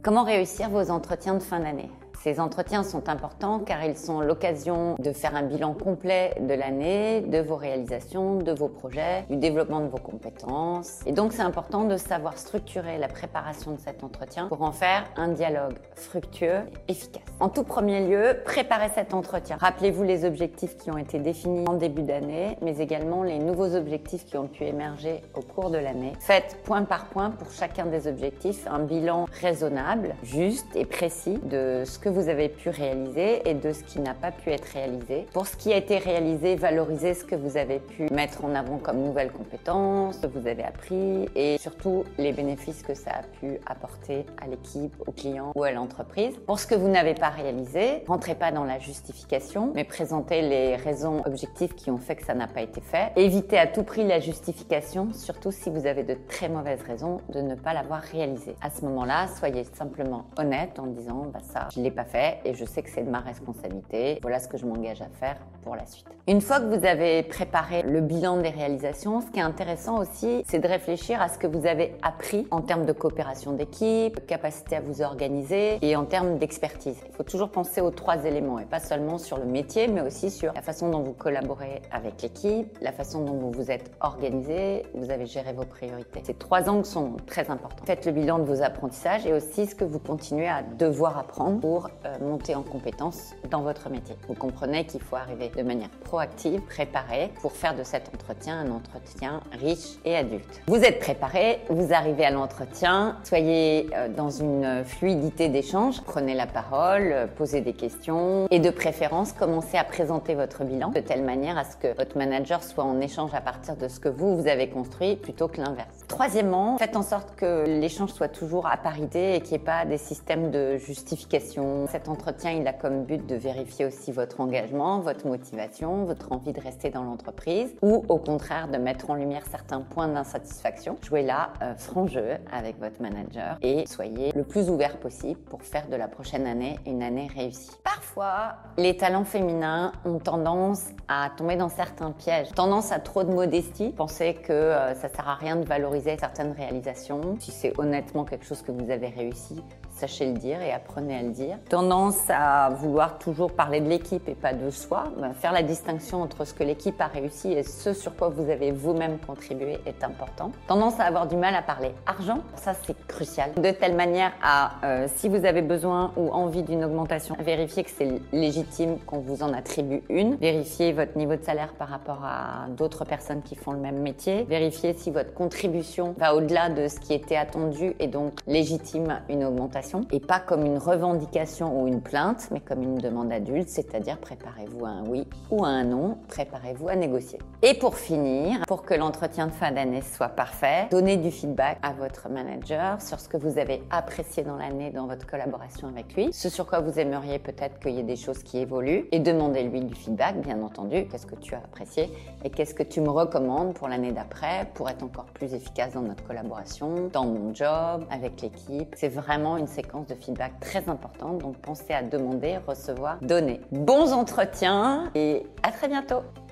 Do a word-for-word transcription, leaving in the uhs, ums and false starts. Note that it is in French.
Comment réussir vos entretiens de fin d'année? Ces entretiens sont importants car ils sont l'occasion de faire un bilan complet de l'année, de vos réalisations, de vos projets, du développement de vos compétences. Et donc c'est important de savoir structurer la préparation de cet entretien pour en faire un dialogue fructueux et efficace. En tout premier lieu, préparez cet entretien. Rappelez-vous les objectifs qui ont été définis en début d'année, mais également les nouveaux objectifs qui ont pu émerger au cours de l'année. Faites point par point pour chacun des objectifs un bilan raisonnable, juste et précis de ce que vous avez pu réaliser et de ce qui n'a pas pu être réalisé. Pour ce qui a été réalisé, valorisez ce que vous avez pu mettre en avant comme nouvelles compétences, ce que vous avez appris et surtout les bénéfices que ça a pu apporter à l'équipe, aux clients ou à l'entreprise. Pour ce que vous n'avez pas réalisé, rentrez pas dans la justification, mais présentez les raisons objectives qui ont fait que ça n'a pas été fait. Évitez à tout prix la justification, surtout si vous avez de très mauvaises raisons de ne pas l'avoir réalisé. À ce moment-là, soyez simplement honnête en disant bah ça, je l'ai pas fait et je sais que c'est de ma responsabilité. Voilà ce que je m'engage à faire pour la suite. Une fois que vous avez préparé le bilan des réalisations, ce qui est intéressant aussi, c'est de réfléchir à ce que vous avez appris en termes de coopération d'équipe, de capacité à vous organiser et en termes d'expertise. Il faut toujours penser aux trois éléments et pas seulement sur le métier, mais aussi sur la façon dont vous collaborez avec l'équipe, la façon dont vous vous êtes organisé, vous avez géré vos priorités. Ces trois angles sont très importants. Faites le bilan de vos apprentissages et aussi ce que vous continuez à devoir apprendre pour euh, monter en compétences dans votre métier. Vous comprenez qu'il faut arriver de manière proactive, préparée, pour faire de cet entretien un entretien riche et adulte. Vous êtes préparé, vous arrivez à l'entretien, soyez euh, dans une fluidité d'échange, prenez la parole, euh, posez des questions et de préférence, commencez à présenter votre bilan de telle manière à ce que votre manager soit en échange à partir de ce que vous, vous avez construit plutôt que l'inverse. Troisièmement, faites en sorte que l'échange soit toujours à parité et qu'il n'y ait pas des systèmes de justification. Cet entretien, il a comme but de vérifier aussi votre engagement, votre motivation, votre envie de rester dans l'entreprise ou au contraire de mettre en lumière certains points d'insatisfaction. Jouez là euh, franc jeu avec votre manager et soyez le plus ouvert possible pour faire de la prochaine année une année réussie. Parfois, les talents féminins ont tendance à tomber dans certains pièges, tendance à trop de modestie, penser que euh, ça sert à rien de valoriser certaines réalisations. Si c'est honnêtement quelque chose que vous avez réussi, sachez le dire et apprenez à le dire. Tendance à vouloir toujours parler de l'équipe et pas de soi. Faire la distinction entre ce que l'équipe a réussi et ce sur quoi vous avez vous-même contribué est important. Tendance à avoir du mal à parler argent, ça c'est crucial. De telle manière à, euh, si vous avez besoin ou envie d'une augmentation, vérifiez que c'est légitime qu'on vous en attribue une. Vérifiez votre niveau de salaire par rapport à d'autres personnes qui font le même métier. Vérifiez si votre contribution va au-delà de ce qui était attendu et donc légitime une augmentation. Et pas comme une revendication ou une plainte, mais comme une demande adulte, c'est-à-dire préparez-vous à un oui ou à un non, préparez-vous à négocier. Et pour finir, pour que l'entretien de fin d'année soit parfait, donnez du feedback à votre manager sur ce que vous avez apprécié dans l'année dans votre collaboration avec lui, ce sur quoi vous aimeriez peut-être qu'il y ait des choses qui évoluent et demandez-lui du feedback, bien entendu, qu'est-ce que tu as apprécié et qu'est-ce que tu me recommandes pour l'année d'après pour être encore plus efficace dans notre collaboration, dans mon job, avec l'équipe. C'est vraiment une séquence de feedback très importante, donc pensez à demander, recevoir, donner. Bons entretiens et à très bientôt!